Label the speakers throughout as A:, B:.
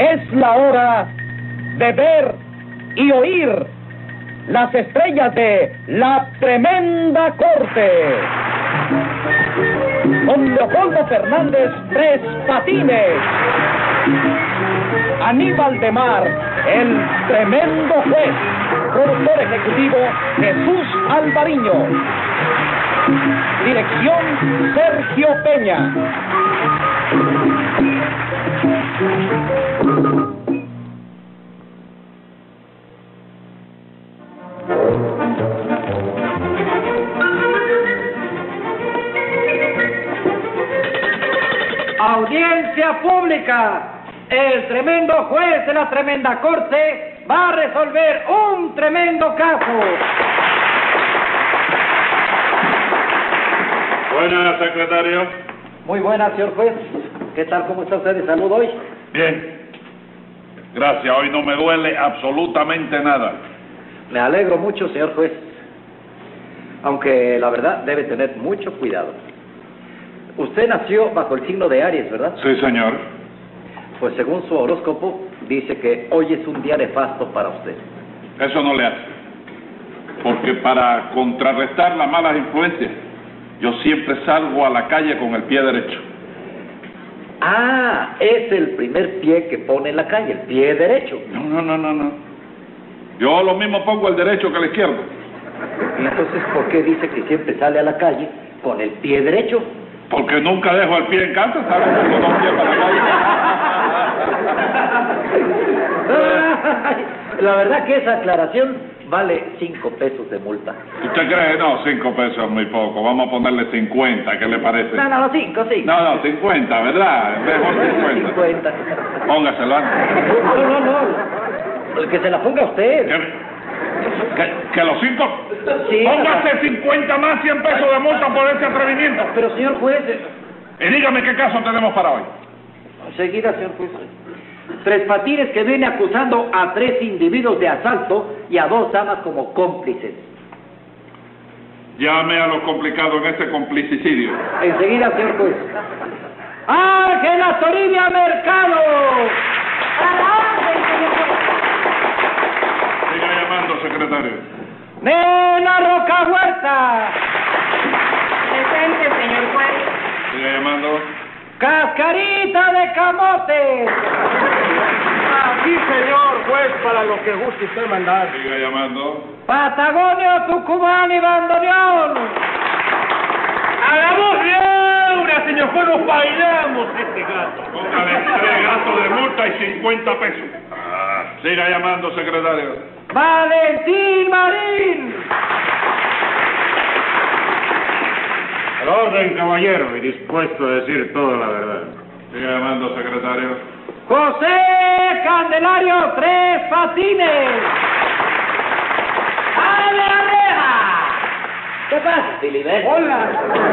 A: Es la hora de ver y oír las estrellas de La Tremenda Corte. Don Leopoldo Fernández Tres Patines. Aníbal de Mar, el tremendo juez. Productor ejecutivo Jesús Alvariño. Dirección Sergio Peña.
B: Audiencia pública. El tremendo juez de la tremenda corte va a resolver un tremendo caso.
C: Buenas, secretario.
B: Muy buenas, señor juez. ¿Qué tal? ¿Cómo está usted de salud hoy?
C: Bien. Gracias, hoy no me duele absolutamente nada.
B: Me alegro mucho, señor juez. Aunque la verdad debe tener mucho cuidado. Usted nació bajo el signo de Aries, ¿verdad?
C: Sí, señor.
B: Pues según su horóscopo, dice que hoy es un día nefasto para usted.
C: Eso no le hace. Porque para contrarrestar las malas influencias, yo siempre salgo a la calle con el pie derecho.
B: Ah, es el primer pie que pone en la calle, el pie derecho.
C: No. Yo lo mismo pongo el derecho que el izquierdo.
B: ¿Y entonces por qué dice que siempre sale a la calle con el pie derecho?
C: Porque nunca dejo el pie en casa, ¿sabes? Con dos pies para la
B: calle. La verdad que esa aclaración vale 5 pesos de multa.
C: ¿Usted cree? No, 5 pesos es muy poco. Vamos a ponerle 50, ¿qué le parece?
B: No, 5.
C: No, 50, ¿verdad? Mejor 50. Póngasela.
B: No. El que se la ponga usted.
C: ¿Que los 5?
B: Sí.
C: Póngase 50 más, 100 pesos de multa por ese atrevimiento.
B: Pero, señor juez...
C: Y dígame qué caso tenemos para hoy.
B: Enseguida, señor juez. Tres Patines que viene acusando a 3 individuos de asalto y a 2 damas como cómplices.
C: Llame a los complicados en este complicicidio.
B: Enseguida, señor juez. ¡Ángela Toribia Mercado!
D: ¡A la orden, señor juez!
C: Siga llamando, secretario.
B: ¡Nena Roca Huerta!
D: Presente, señor juez.
C: Siga llamando.
B: ¡Cascarita de Camote!
A: Aquí, señor juez, para lo que guste usted mandar.
C: Siga llamando.
B: ¡Patagonio, Tucumán y Bandoneón!
A: ¡A la voz de Aura, señor juez, nos bailamos este gato!
C: Póngale 3 gatos de multa y 50 pesos. Siga llamando, secretario.
B: ¡Valentín Marín!
E: Al orden, caballero, y dispuesto a decir toda la verdad.
C: Siga llamando, secretario.
B: ¡José Candelario Tres Patines! ¡Ale la reja! ¿Qué pasa, Filiberto?
A: ¡Hola!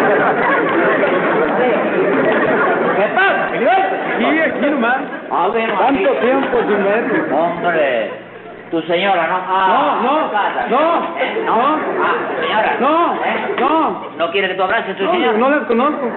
B: ¿Qué pasa, Filiberto?
A: Sí, aquí nomás.
B: ¿Tanto
A: tiempo sin verlo?
F: Hombre, tu señora, ¿no? Señora. ¿No quiere que tú abraces a tu señora?
A: No la conozco.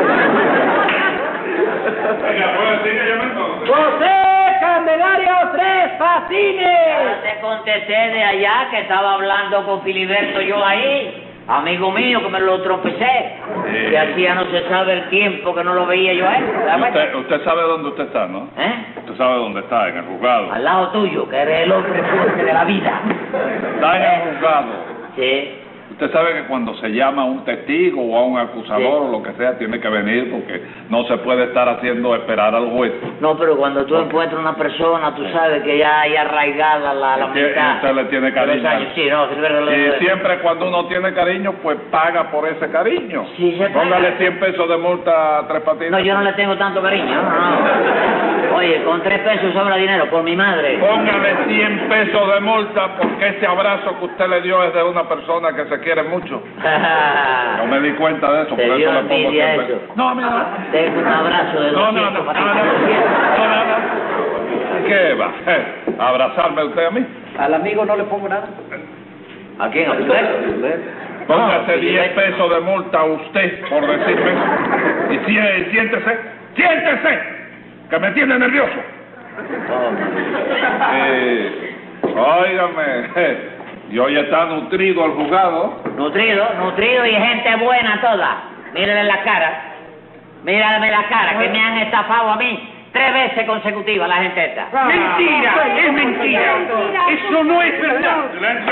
C: Venga, pues, siga llamando.
B: ¡José Candelario Tres Patines!
F: Ya te contesté de allá que estaba hablando con Filiberto yo ahí. Amigo mío, que me lo tropecé.
C: Sí.
F: Que hacía no se sabe el tiempo que no lo veía yo a él.
C: Usted sabe dónde usted está, ¿no? Usted sabe dónde está, en el juzgado.
F: Al lado tuyo, que eres el hombre fuerte de la vida.
C: Está en el juzgado.
F: Sí.
C: Usted sabe que cuando se llama a un testigo o a un acusador o lo que sea, tiene que venir porque no se puede estar haciendo esperar al juez.
F: No, pero cuando tú encuentras una persona, tú sabes que ya hay arraigada la amistad.
C: Usted le tiene cariño.
F: Sí, no,
C: Y siempre cuando uno tiene cariño, pues paga por ese cariño.
F: Sí, se paga.
C: Póngale 100 pesos de multa a Tres Patines.
F: No, yo no le tengo tanto cariño, no. Oye, con 3 pesos sobra dinero, por mi madre.
C: Póngale 100 pesos de multa porque ese abrazo que usted le dio es de una persona que se quiere mucho. No me di cuenta de eso, por eso le pongo 100 pesos. No, mira.
F: Tengo un abrazo de 200 para ti.
C: ¿Qué va? ¿Abrazarme usted a mí?
B: Al amigo no le pongo nada.
F: ¿A quién? ¿A usted?
C: Póngase 10 pesos de multa a usted por decirme eso. Y siéntese, que me tiene nervioso. Óigame, y hoy está nutrido el juzgado.
F: Nutrido y gente buena toda. Mírenle la cara. Mírame la cara, que me han estafado a mí 3 veces consecutivas la gente esta.
B: ¡Mentira! ¡Es mentira! ¡Eso no es verdad!
C: ¡Silencio!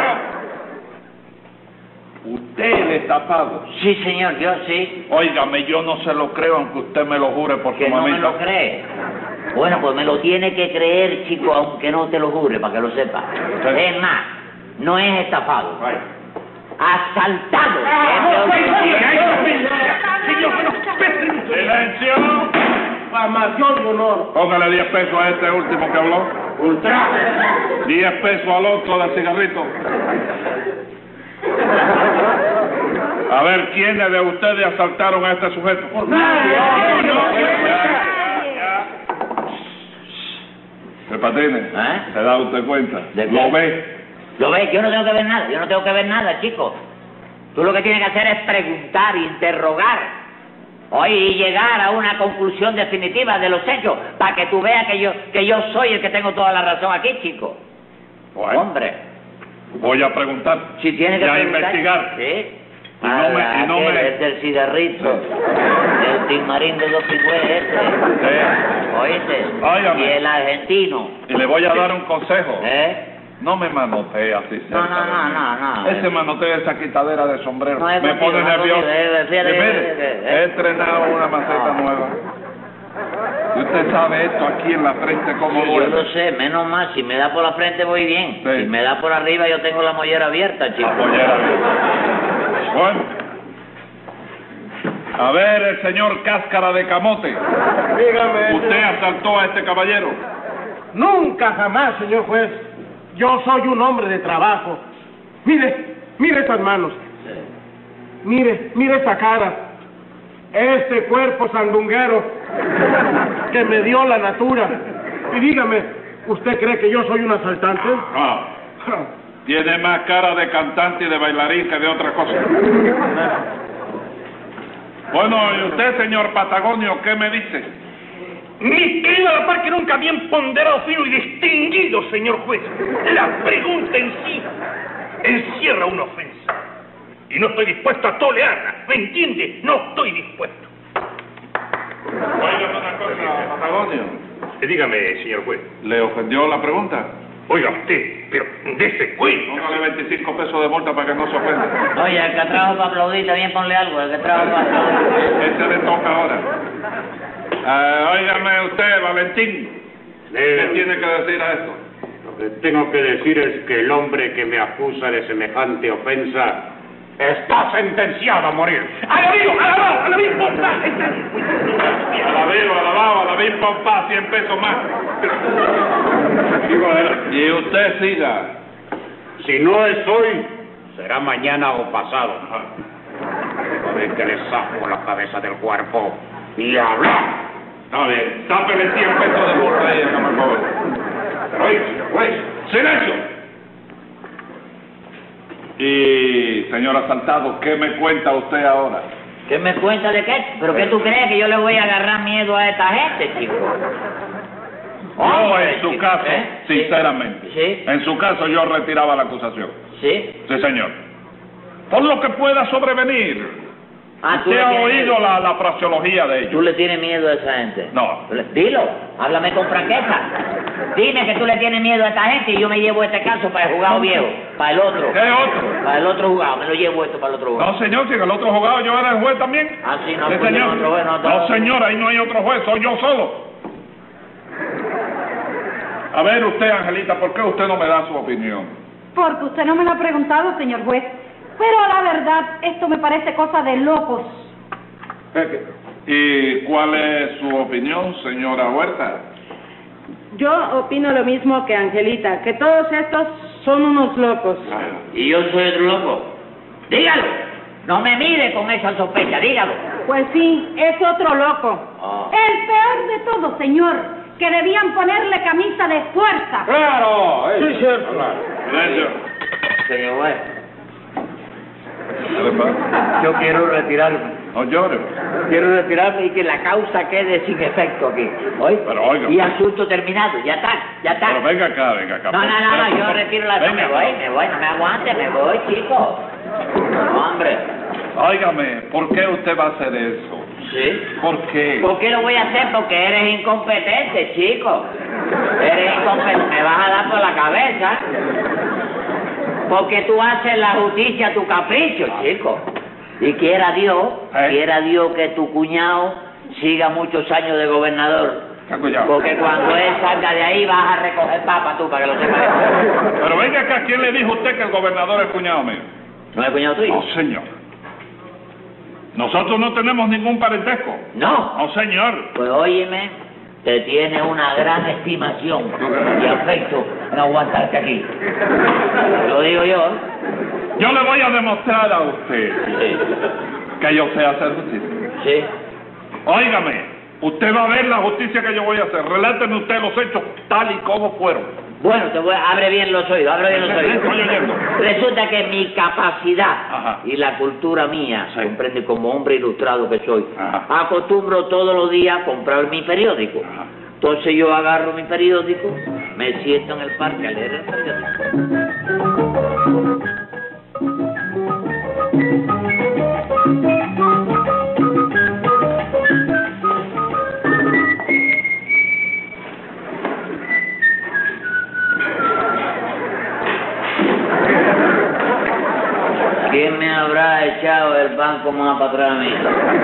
C: ¿Usted es el estafado?
F: Sí, señor, yo sí.
C: Óigame, yo no se lo creo aunque usted me lo jure por
F: Que
C: su
F: no me
C: mamita.
F: lo cree. Bueno, pues me lo tiene que creer, chico, aunque no te lo jure, para que lo sepa.
C: Sí.
F: Es más, no es estafado.
C: Ay.
F: Asaltado.
C: ¡Silencio!
B: Difamación de honor.
C: Póngale 10 pesos a este último que habló.
B: Ultraje.
C: 10 pesos al otro del cigarrito. A ver, ¿quiénes de ustedes asaltaron a este sujeto? ¿Qué patines? ¿Se da usted cuenta?
F: ¿De qué?
C: ¿Lo ve?
F: ¿Lo ves? Yo no tengo que ver nada, yo no tengo que ver nada, chico. Tú lo que tienes que hacer es preguntar, interrogar, y llegar a una conclusión definitiva de los hechos, para que tú veas que yo soy el que tengo toda la razón aquí, chico.
C: Bueno,
F: Hombre.
C: voy a preguntar.
F: Si tienes que
C: y a
F: preguntar.
C: investigar.
F: Sí.
C: Y no me...
F: Es del cigarrito, el timarín de 2 pigües este. ¿Oíste?
C: Óigame.
F: Y el argentino.
C: Y le voy a dar un consejo.
F: No
C: No me manotee así cerca
F: No,
C: de mí.
F: no.
C: Ese manoteo, esa quitadera de sombrero,
F: No es
C: me
F: contigo,
C: pone
F: no es
C: nervioso.
F: contigo, fíjate,
C: Y mire,
F: fíjate.
C: he estrenado una maceta
F: No.
C: nueva. Y usted sabe esto aquí en la frente cómo
F: Sí, yo
C: duele.
F: lo sé, menos mal, si me da por la frente voy bien.
C: Sí.
F: Si me da por arriba yo tengo la mollera abierta, chico.
C: Pollera. Bueno. A ver, el señor Cáscara de Camote.
B: Dígame.
C: ¿Usted asaltó a este caballero?
B: Nunca jamás, señor juez. Yo soy un hombre de trabajo. Mire estas manos. Mire esta cara. Este cuerpo sandunguero que me dio la natura. Y dígame, ¿usted cree que yo soy un asaltante?
C: No. Tiene más cara de cantante y de bailarín que de otra cosa. Bueno, ¿y usted, señor Patagonio, qué me dice?
G: Mi querido a la par que nunca bien ponderado, fino y distinguido, señor juez. La pregunta en sí encierra una ofensa. Y no estoy dispuesto a tolerarla. ¿Me entiende? No estoy dispuesto.
C: Oiga una cosa, Patagonio.
G: Dígame, señor juez.
C: ¿Le ofendió la pregunta?
G: Oiga usted, pero dése cuenta.
C: Póngale 25 pesos de multa para que no se ofenda.
F: Oye, el que trajo para aplaudir, también ponle algo, el que trajo para aplaudir.
C: Ese le toca ahora. Óigame usted, Valentín. ¿Qué tiene que decir a esto?
E: Lo que tengo que decir es que el hombre que me acusa de semejante ofensa está sentenciado a morir.
G: ¡A la viva, pompa!
C: A la BIM pompa, 100 pesos más. Y usted siga.
E: Si no es hoy, será mañana o pasado. A ver que le saco la cabeza del cuerpo y hablar.
C: A ver, tápele 100 pesos de multa ahí, hágame el favor. Juez, silencio. Y, señor asaltado, ¿qué me cuenta usted ahora?
F: ¿Qué me cuenta de qué? ¿Pero qué tú crees que yo le voy a agarrar miedo a esta gente, chico?
C: No, en su caso,
F: Sí.
C: sinceramente.
F: Sí.
C: En su caso yo retiraba la acusación.
F: ¿Sí?
C: Sí, señor. Por lo que pueda sobrevenir.
F: ¿Tú
C: ¿Usted
F: le
C: ha
F: tienes
C: oído
F: miedo?
C: la fraseología de
F: ¿Tú
C: ellos?
F: le tienes miedo a esa gente?
C: No.
F: Dilo, háblame con franqueza. Dime que tú le tienes miedo a esta gente y yo me llevo este caso para el juzgado viejo, para el otro.
C: ¿Qué otro?
F: Para el otro juzgado, me lo llevo esto para el otro juzgado.
C: No, señor, si en el otro juzgado yo era el juez también.
F: Ah, sí, no,
C: Sí,
F: pues yo
C: señor.
F: no otro juez,
C: No, señor, ahí no hay otro juez, soy yo solo. A ver usted, Angelita, ¿por qué usted no me da su opinión?
D: Porque usted no me lo ha preguntado, señor juez. Pero la verdad, esto me parece cosa de locos.
C: ¿Y cuál es su opinión, señora Huerta?
H: Yo opino lo mismo que Angelita, que todos estos son unos locos.
F: Y yo soy otro loco. Dígalo. No me mire con esa sospecha, dígalo.
H: Pues sí, es otro loco.
F: Oh.
D: El peor de todo, señor, que debían ponerle camisa de fuerza.
E: ¡Claro!
B: Sí, cierto.
C: Silencio.
F: Señor juez,
C: ¿Qué le pasa?
F: yo quiero retirarme.
C: No llore.
F: Quiero retirarme y que la causa quede sin efecto aquí. ¿Oye?
C: Pero oiga.
F: Y asunto terminado, ya está.
C: Pero venga acá, venga acá.
F: No, yo retiro la...
C: Venga.
F: Me voy, no me aguante, me voy, chico. No, hombre.
C: Óigame, ¿por qué usted va a hacer eso?
F: ¿Sí?
C: ¿Por qué?
F: ¿Por qué lo voy a hacer? Porque eres incompetente, chico. Eres incompetente, me vas a dar por la cabeza. Porque tú haces la justicia a tu capricho, chico. Y quiera Dios que tu cuñado siga muchos años de gobernador. Porque cuando él salga de ahí vas a recoger papa tú, para que lo sepas.
C: Pero venga acá, ¿quién le dijo a usted que el gobernador es cuñado mío?
F: ¿No es cuñado tuyo?
C: No, señor. Nosotros no tenemos ningún parentesco.
F: ¿No?
C: No, señor.
F: Pues óyeme, te tiene una gran estimación y afecto en aguantarte aquí. Lo digo yo.
C: Yo le voy a demostrar a usted que yo sé hacer justicia.
F: Sí.
C: Óigame, usted va a ver la justicia que yo voy a hacer. Reláteme usted los hechos tal y como fueron.
F: Bueno, abre bien los oídos,
C: Estoy oyendo.
F: Resulta que mi capacidad y la cultura mía, comprende, como hombre ilustrado que soy, acostumbro todos los días a comprar mi periódico. Entonces yo agarro mi periódico, me siento en el parque a leer el periódico. ¿Quién me habrá echado el banco más para atrás a mí?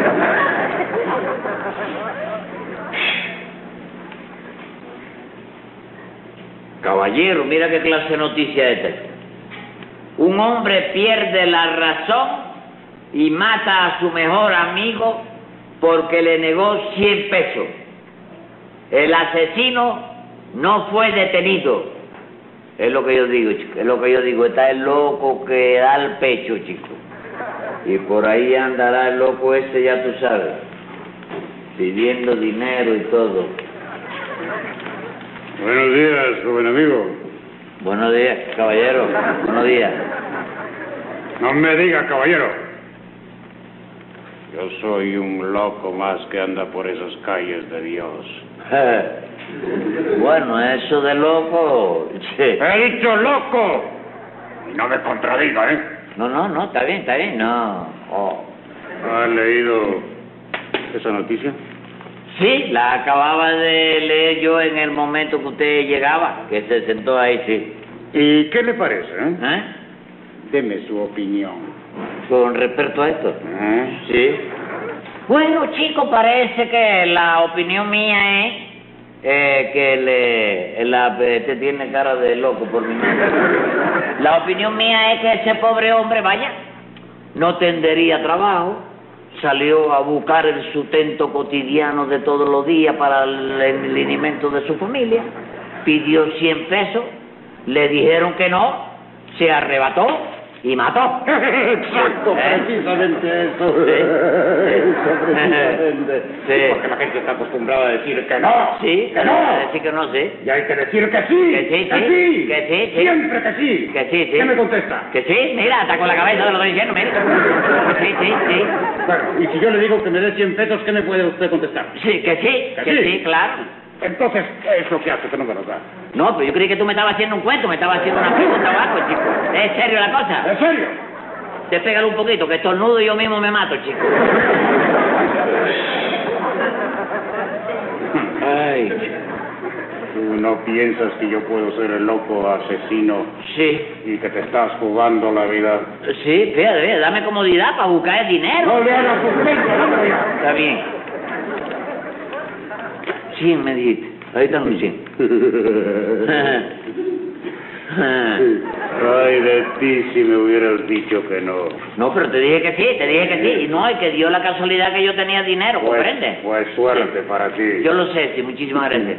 F: Caballero, mira qué clase de noticia es esta. Un hombre pierde la razón y mata a su mejor amigo porque le negó 100 pesos. El asesino no fue detenido. Es lo que yo digo, chico, es lo que yo digo. Está el loco que da el pecho, chico. Y por ahí andará el loco ese, ya tú sabes, pidiendo dinero y todo.
E: Buenos días, joven amigo.
F: Buenos días, caballero. Buenos días.
E: No me diga, caballero. Yo soy un loco más que anda por esas calles de Dios.
F: Bueno, eso de loco... Sí.
E: ¡He dicho loco! Y no me contradiga, ¿eh?
F: No, está bien, no.
E: ¿Ha leído esa noticia?
F: Sí, la acababa de leer yo en el momento que usted llegaba, que se sentó ahí, sí.
E: ¿Y qué le parece, Deme su opinión.
F: ¿Con respecto a esto? Sí. Bueno, chico, parece que la opinión mía es... Este tiene cara de loco por mi madre. La opinión mía es que ese pobre hombre, vaya, no tendría trabajo, salió a buscar el sustento cotidiano de todos los días para el alimento de su familia, pidió 100 pesos, le dijeron que no, se arrebató y mató.
E: Exacto, precisamente eso.
F: Sí.
E: Eso, precisamente.
F: Sí.
E: Porque la gente está acostumbrada a decir que no.
F: Sí,
E: que no.
F: decir que no, sí.
E: Y hay que decir que sí.
F: Que sí,
E: que
F: sí.
E: sí.
F: Que sí, sí.
E: Siempre que sí.
F: Que sí, sí.
E: ¿Qué me contesta?
F: Que sí, mira, está con la cabeza, te lo estoy diciendo, mira. Sí.
E: Bueno, y si yo le digo que me dé 100 pesos, ¿qué me puede usted contestar?
F: Sí, que sí, claro.
E: Entonces, ¿qué es lo que hace que no me lo da?
F: No, pero yo creí que tú me estabas haciendo un cuento, me estabas haciendo una pregunta o algo, chico. ¿Es serio la cosa?
E: ¿En serio?
F: Despégalo un poquito, que estornudo y yo mismo me mato, chico. Ay.
E: ¿Tú no piensas que yo puedo ser el loco asesino?
F: Sí.
E: ¿Y que te estás jugando la vida?
F: Sí, fíjate, dame comodidad para buscar el dinero.
E: No le hagas sustento, dámelo ya.
F: Está bien. 100 me dijiste. Ahí están los 100.
E: Ay, de ti si me hubieras dicho que no.
F: No, pero te dije que sí. Y no, y que dio la casualidad que yo tenía dinero, ¿comprende?
E: Pues suerte para ti.
F: Yo lo sé, sí, muchísimas gracias.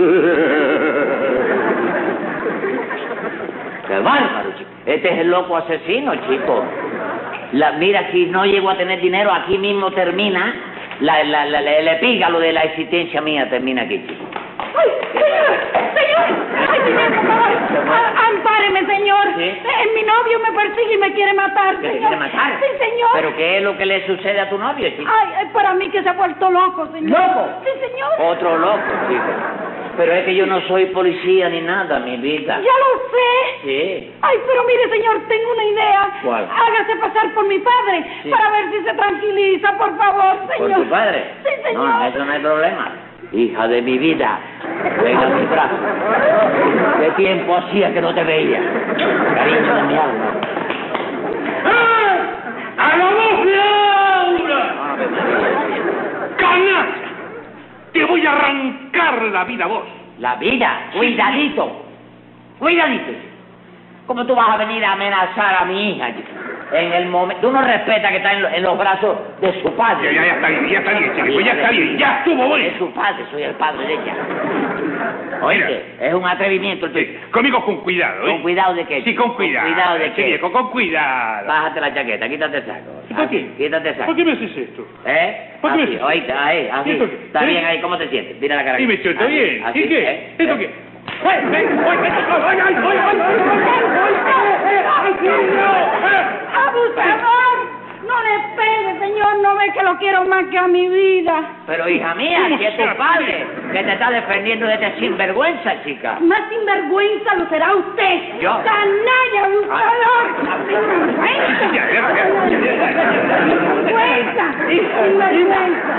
F: ¡Qué bárbaro, chico! Este es el loco asesino, chico. Mira, si no llego a tener dinero, aquí mismo termina el epígalo de la existencia mía, termina aquí, chico.
D: ¡Ay, señor! ¡Ay, señor, por favor! ¡Ampáreme, señor!
F: ¿Sí?
D: Mi novio me persigue y me quiere matar,
F: ¿Que te
D: señor.
F: quiere matar?
D: Sí, señor.
F: ¿Pero qué es lo que le sucede a tu novio, chico?
D: Ay, para mí que se ha vuelto loco, señor.
F: ¿Loco?
D: Sí, señor.
F: Otro loco, chico. Pero es que yo no soy policía ni nada, mi vida.
D: Ya lo sé.
F: Sí.
D: Ay, pero mire, señor, tengo una idea.
F: ¿Cuál?
D: Hágase pasar por mi padre
F: Sí.
D: para ver si se tranquiliza, por favor,
F: ¿Por
D: señor.
F: tu padre?
D: Sí, señor.
F: No, eso no hay problema. Hija de mi vida, venga a mi brazo. ¿Qué tiempo hacía que no te veía? Cariño de mi alma.
G: ¡A la voz de Aura! ¡Canalla! Te voy a arrancar la vida a vos.
F: La vida, cuidadito. Cuidadito. ¿Cómo tú vas a venir a amenazar a mi hija? En el momento... Tú no respetas que está en los brazos de su padre.
G: Ya está bien, chico, ya está bien, ya estuvo bueno.
F: Es su padre, soy el padre de ella. Oye, es un atrevimiento el tuyo.
G: Conmigo con cuidado, ¿eh?
F: ¿Con cuidado de qué?
G: Sí, con cuidado.
F: ¿Con cuidado de
G: Sí,
F: qué?
G: viejo, con cuidado.
F: Bájate la chaqueta, quítate el saco.
G: ¿Por qué?
F: Quítate el saco.
G: ¿Por qué me haces esto?
F: ¿Eh?
G: ¿Por qué me
F: Así,
G: haces
F: oíste, ahí, así.
G: ¿Esto qué?
F: Está
G: ¿Eh?
F: bien ahí, ¿cómo te sientes? Mira la cara.
G: Sí, me siento
F: Así,
G: bien.
F: así,
G: ¿Y qué?
F: ¿eh?
G: ¿Esto
F: ¿Eh?
G: qué?
D: ¡Abusador! No le pegue, señor, no ve que lo quiero más que a mi vida.
F: Pero hija mía,
G: ¿Cómo
F: si es
G: se
F: tu
G: atreve?
F: padre que te está defendiendo de este sinvergüenza, chica.
D: Más sinvergüenza lo será usted.
F: ¿Yo?
D: ¡Canalla, abusador! ¡Sinvergüenza! ¡Sinvergüenza!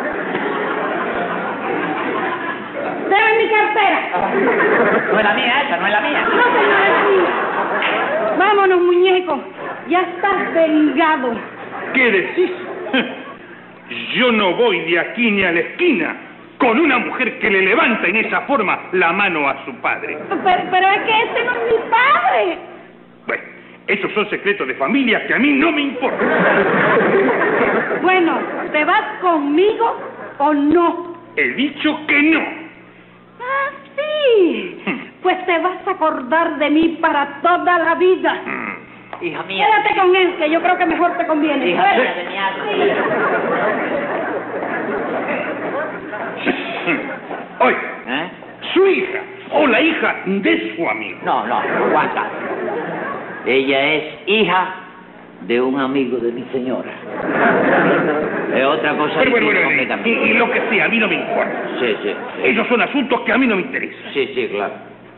D: ¡Deme mi cartera!
F: No es la mía esa, no es la mía.
D: No, señor, es la mía. Vámonos, muñeco. Ya estás vengado.
G: ¿Qué decís? Yo no voy de aquí ni a la esquina con una mujer que le levanta en esa forma la mano a su padre.
D: Pero es que ese no es mi padre.
G: Bueno, esos son secretos de familia que a mí no me importan.
D: Bueno, ¿te vas conmigo o no?
G: He dicho que no.
D: Ah, sí. Pues te vas a acordar de mí para toda la vida.
F: Hija mía.
D: Quédate con él, que yo creo que mejor te conviene.
F: Hija
D: A ver.
F: mía de mi alma.
G: Oye,
F: ¿Eh?
G: su hija o la hija de su amigo.
F: No, aguanta. Ella es hija de un amigo de mi señora. Es otra cosa
G: Pero
F: distinta
G: bueno,
F: completamente.
G: y lo que sea, a mí no me importa.
F: Sí.
G: Esos son asuntos que a mí no me interesan.
F: Sí, claro.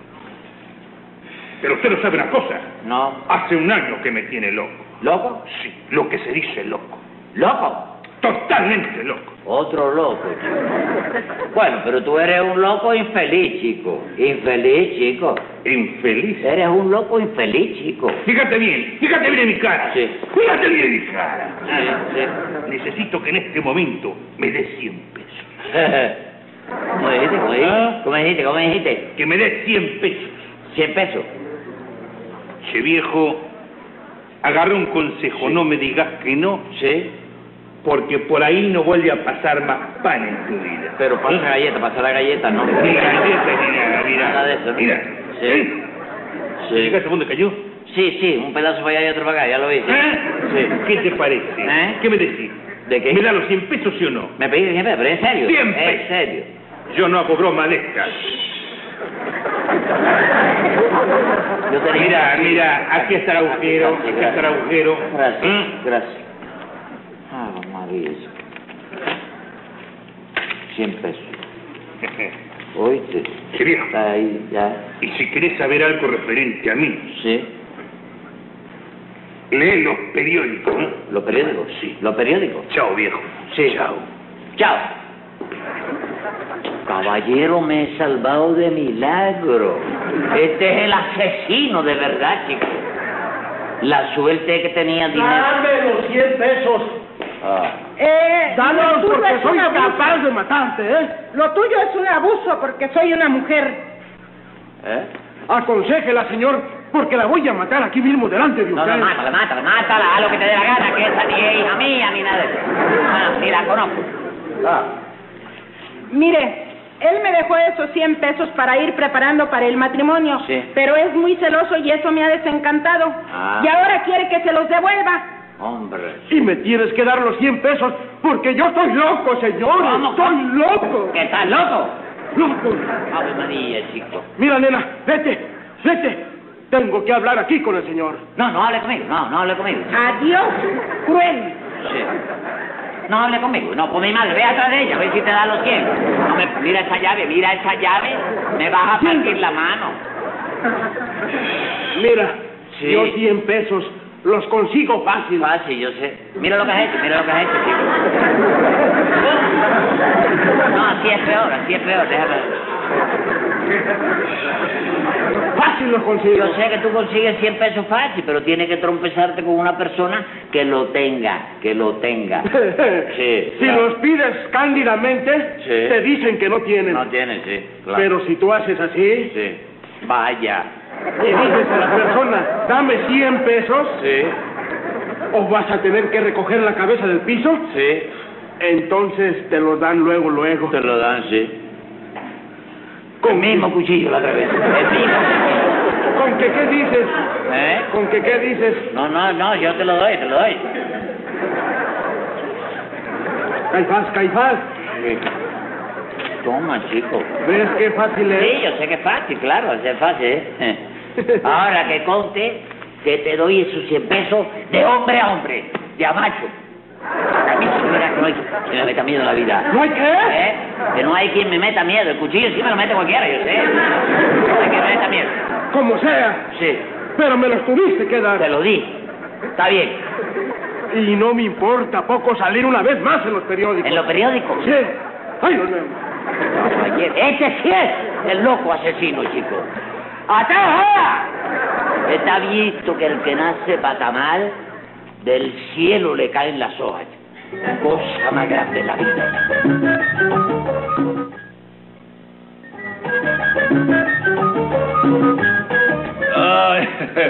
G: Pero usted no sabe una cosa.
F: No.
G: Hace un año que me tiene loco.
F: ¿Loco?
G: Sí, lo que se dice loco.
F: ¿Loco?
G: Totalmente loco.
F: Otro loco, chico. Bueno, pero tú eres un loco infeliz, chico. Infeliz, chico.
G: ¿Infeliz?
F: Eres un loco infeliz, chico.
G: Fíjate bien en mi cara.
F: Sí.
G: Fíjate bien en mi cara.
F: Sí.
G: Necesito que en este momento me des 100 pesos.
F: ¿Cómo dijiste?
G: ¿Ah?
F: ¿Cómo dijiste?
G: Que me des 100 pesos.
F: 100 pesos.
G: Che viejo, agarra un consejo, no me digas que no,
F: Sí.
G: porque por ahí no vuelve a pasar más pan en tu vida.
F: Pero pasa la galleta, ¿no?
G: Ni galleta ni nada, mira.
F: Nada de eso, ¿no?
G: Mira.
F: Sí.
G: ¿Fíjate dónde cayó?
F: Sí, un pedazo para allá y otro para acá, ya lo vi. Sí.
G: ¿Qué te parece?
F: ¿Eh?
G: ¿Qué me decís?
F: ¿De qué?
G: ¿Me da los 100 pesos sí o no?
F: Me pedí 100 pesos, pero en serio.
G: 100 pesos.
F: En serio.
G: Yo no hago broma de estas.
F: Yo tenía...
G: Mira, aquí está el agujero, aquí está el agujero.
F: Gracias. Ah, María. 100 pesos. ¿Oíste?
G: Che viejo,
F: Está ahí, ya.
G: y si querés saber algo referente a mí,
F: Sí.
G: lee los periódicos.
F: ¿Los periódicos?
G: Sí.
F: ¿Los periódicos?
G: Chao, viejo.
F: Sí.
G: Chao.
F: Chao. Caballero, me he salvado de milagro. Este es el asesino de verdad, chico. La suerte que tenía dinero.
B: Dame los 100 pesos.
F: Ah.
B: Danos
H: Lo tuyo
B: porque
H: es
B: soy
H: un abuso.
B: capaz de matarte, ¿eh?
H: Lo tuyo es un abuso porque soy una mujer.
F: ¿Eh?
B: Aconsejela, señor, porque la voy a matar aquí mismo delante de
F: No,
B: usted.
F: mátala, haz lo que te dé la gana, que esa ni es hija mía ni nada de eso. Ah, ni la conozco.
H: Mire, él me dejó esos 100 pesos para ir preparando para el matrimonio,
F: Sí.
H: pero es muy celoso y eso me ha desencantado.
F: Ah.
H: Y ahora quiere que se los devuelva.
F: Hombre.
B: Y me tienes que dar los 100 pesos porque yo estoy loco, señor.
F: ¿Cómo?
B: Estoy loco.
F: ¿Que estás loco?
B: loco.
F: Ave María, chico.
B: Mira, nena, vete. Tengo que hablar aquí con el señor.
F: No hable conmigo, no hable conmigo.
H: Adiós, cruel.
F: Sí. No hable conmigo, no, por mi madre, ve atrás de ella, a ver si te da los 100. No mira esa llave, me vas a partir la mano.
B: Mira,
F: Sí.
B: yo 100 pesos los consigo fácil.
F: Fácil, yo sé. Mira lo que has hecho, chico. No, así es peor, déjame.
B: Fácil los consigo.
F: Yo sé que tú consigues 100 pesos fácil, pero tienes que trompezarte con una persona que lo tenga. Sí,
B: Si
F: claro.
B: los pides cándidamente,
F: Sí.
B: te dicen que no tienen.
F: No tienes, sí, claro.
B: Pero si tú haces así,
F: Sí. Vaya.
B: y dices a la persona, dame 100 pesos,
F: Sí.
B: o vas a tener que recoger la cabeza del piso,
F: Sí.
B: entonces te los dan luego.
F: Te lo dan, sí.
B: ¿Con
F: El mismo cuchillo la otra vez. El mismo.
B: ¿Con qué dices?
F: ¿Eh?
B: ¿Con qué dices?
F: No, yo te lo doy.
B: Caifás,
F: Toma, chico.
B: ¿ves qué fácil es?
F: Sí, yo sé que es fácil, claro, es fácil, ¿eh? Ahora que conte que te doy esos 100 pesos de hombre a hombre, de a macho. A mí sí, mira, que no hay quien me meta miedo en la vida.
B: ¿No hay qué?
F: ¿Eh? Que no hay quien me meta miedo. El cuchillo sí me lo mete cualquiera, yo sé. No hay quien me meta miedo.
B: Como sea,
F: Sí,
B: pero me los tuviste que dar.
F: te lo di. Está bien.
B: Y no me importa poco salir una vez más en los periódicos.
F: ¿En los periódicos?
B: Sí. Ay, los vemos.
F: Ayer. Este sí es el loco asesino, chico. ¡Ataja! Está visto que el que nace patamal, del cielo le caen las hojas. Cosa más grande de la vida.
C: Ay,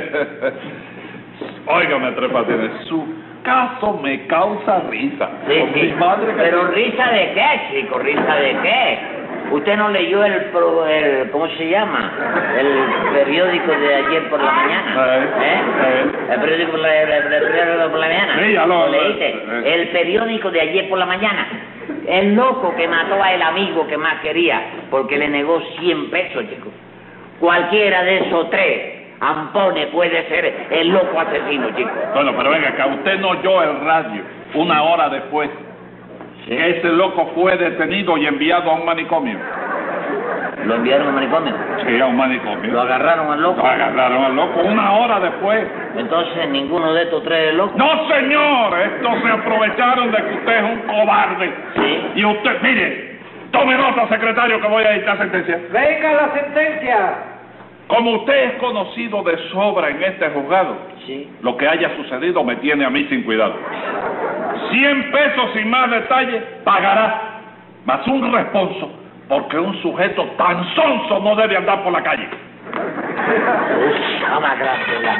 C: óigame, Tres Patines, su caso me causa risa.
F: Sí,
C: Con
F: sí.
C: mi madre que-
F: Pero risa de qué, chico, risa de qué. ¿Usted no leyó el ¿cómo se llama? El periódico de ayer por la mañana. El periódico por la mañana.
C: Sí, ya lo
F: leíste. El periódico de ayer por la mañana. El loco que mató a el amigo que más quería porque le negó 100 pesos, chico. Cualquiera de esos tres ampones puede ser el loco asesino, chico.
C: Bueno, pero venga, que usted no oyó el radio una hora después. Que ese loco fue detenido y enviado a un manicomio.
F: ¿Lo enviaron al manicomio?
C: Sí, a un manicomio.
F: ¿Lo agarraron al loco?
C: Lo agarraron al loco una hora después.
F: Entonces ninguno de estos tres es loco.
C: No, señor, estos se aprovecharon de que usted es un cobarde.
F: Sí.
C: Y usted, mire, tome nota, secretario, que voy a dictar sentencia.
A: Venga la sentencia.
C: Como usted es conocido de sobra en este juzgado,
F: Sí.
C: lo que haya sucedido me tiene a mí sin cuidado. 100 pesos sin más detalle pagará, más un responso, porque un sujeto tan sonso no debe andar por la calle.
F: Cosa más grande de la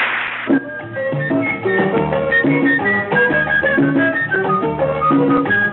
F: vida.